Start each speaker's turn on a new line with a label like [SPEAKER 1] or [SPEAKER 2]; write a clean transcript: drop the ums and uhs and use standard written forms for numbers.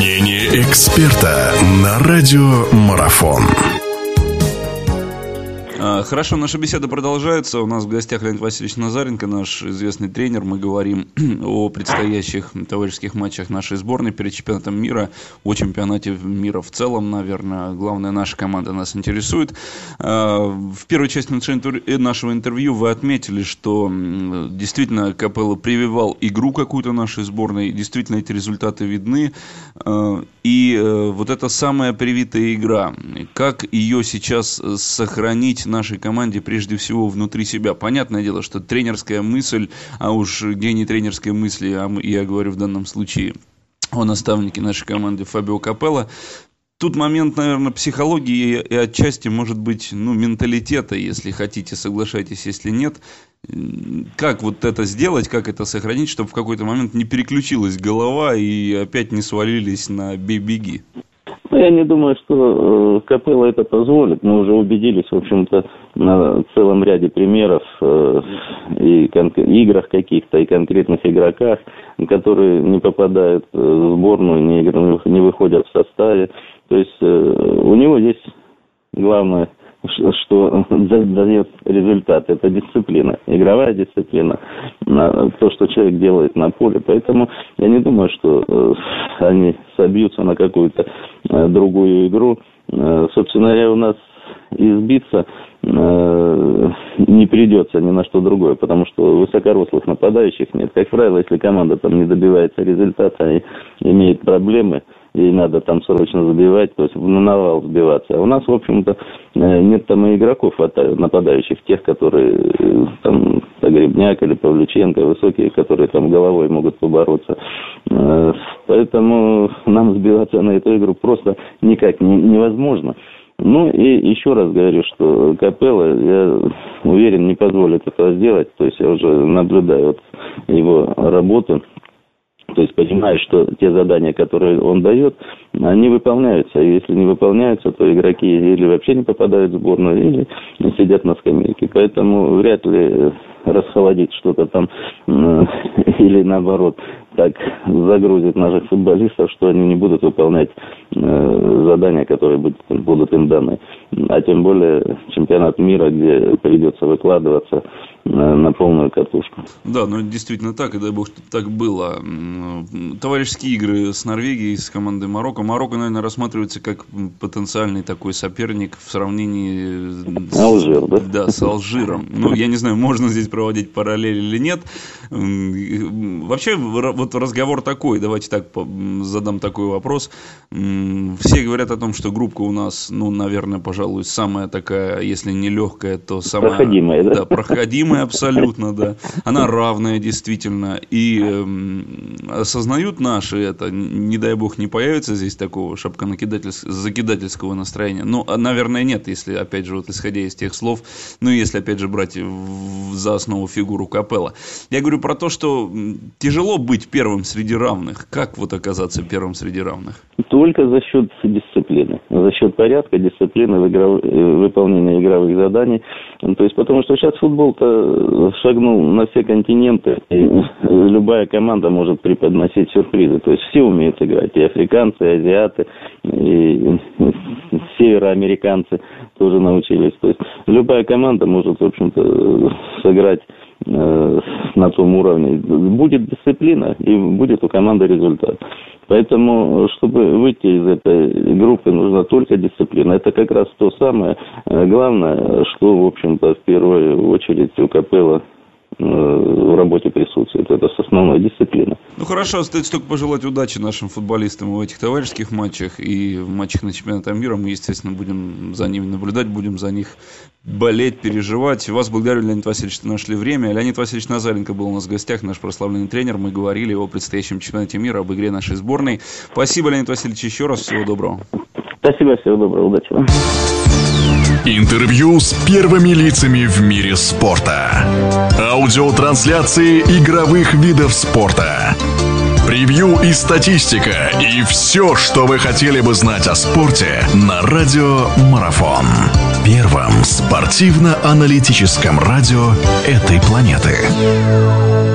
[SPEAKER 1] Мнение эксперта на радио Марафон.
[SPEAKER 2] Хорошо, наша беседа продолжается. У нас в гостях Леонид Васильевич Назаренко, наш известный тренер. Мы говорим о предстоящих товарищеских матчах нашей сборной перед чемпионатом мира, о чемпионате мира в целом, наверное. Главное, наша команда нас интересует. В первой части нашего интервью вы отметили, что действительно Капелло прививал игру какую-то нашей сборной. Действительно, эти результаты видны. И вот эта самая привитая игра, как ее сейчас сохранить нашей команде прежде всего внутри себя? Понятное дело, что тренерская мысль, а уж гений тренерской мысли, я говорю в данном случае о наставнике нашей команды Фабио Капелло. Тут момент, наверное, психологии и отчасти, может быть, менталитета, если хотите, соглашайтесь, если нет. Как вот это сделать, как это сохранить, чтобы в какой-то момент не переключилась голова и опять не свалились на бей-беги?
[SPEAKER 3] Я не думаю, что Капелло это позволит. Мы уже убедились, в общем-то, на целом ряде примеров и играх каких-то, и конкретных игроках, которые не попадают в сборную, не выходят в составе. То есть у него есть главное, что дает результат. Это дисциплина, игровая дисциплина, то, что человек делает на поле. Поэтому я не думаю, что они собьются на какую-то другую игру. Собственно говоря, у нас избиться не придется ни на что другое, потому что высокорослых нападающих нет. Как правило, если команда там не добивается результата и имеет проблемы, ей надо там срочно забивать, то есть на навал сбиваться. А у нас, в общем-то, нет там и игроков нападающих, тех, которые там Погребняк или Павлюченко, высокие, которые там головой могут побороться. Поэтому нам сбиваться на эту игру просто никак невозможно. Ну и еще раз говорю, что Капелло, я уверен, не позволит этого сделать. То есть я уже наблюдаю его работу. То есть понимаю, что те задания, которые он дает, они выполняются. И если не выполняются, то игроки или вообще не попадают в сборную, или сидят на скамейке. Поэтому вряд ли расхолодить что-то там или наоборот так загрузит наших футболистов, что они не будут выполнять задания, которые будут им даны. А тем более чемпионат мира, где придется выкладываться на полную катушку.
[SPEAKER 2] Да, действительно так, и дай бог, что так было. Товарищеские игры с Норвегией, с командой Марокко. Марокко, наверное, рассматривается как потенциальный такой соперник в сравнении
[SPEAKER 3] Алжир, да?
[SPEAKER 2] Да, с Алжиром. Я не знаю, можно здесь проводить параллель или нет. Вообще, вот разговор такой, давайте так задам такой вопрос. Все говорят о том, что группа у нас, наверное, пожалуй, самая такая, если не легкая, то самая...
[SPEAKER 3] Проходимая, да?
[SPEAKER 2] Да, проходимая абсолютно, да. Она равная, действительно. И осознают наши это, не дай бог, не появится здесь такого закидательского настроения. Наверное, нет, если, опять же, исходя из тех слов, если, опять же, брать за основу фигуру Капелло. Я говорю про то, что тяжело быть первым среди равных. Как оказаться первым среди равных?
[SPEAKER 3] Только за счет дисциплины, за счет порядка, дисциплины выполнения игровых заданий. То есть, потому что сейчас футбол-то шагнул на все континенты, и любая команда может преподносить сюрпризы. То есть все умеют играть, и африканцы, и азиаты, и североамериканцы тоже научились. То есть любая команда может, в общем-то, сыграть на том уровне. Будет дисциплина, и будет у команды результат. Поэтому, чтобы выйти из этой группы, нужна только дисциплина. Это как раз то самое главное, что, в общем-то, в первую очередь у Капелло в работе присутствует. Это основная дисциплина.
[SPEAKER 2] Хорошо, остается только пожелать удачи нашим футболистам в этих товарищеских матчах и в матчах на чемпионате мира. Мы, естественно, будем за ними наблюдать, будем за них болеть, переживать. Вас благодарю, Леонид Васильевич, что нашли время. Леонид Васильевич Назаренко был у нас в гостях, наш прославленный тренер. Мы говорили о предстоящем чемпионате мира, об игре нашей сборной. Спасибо, Леонид Васильевич, еще раз. Всего доброго.
[SPEAKER 3] Спасибо, всего доброго, удачи вам.
[SPEAKER 1] Интервью с первыми лицами в мире спорта. Аудиотрансляции игровых видов спорта. Превью и статистика. И все, что вы хотели бы знать о спорте на радио Марафон. Первом спортивно-аналитическом радио этой планеты.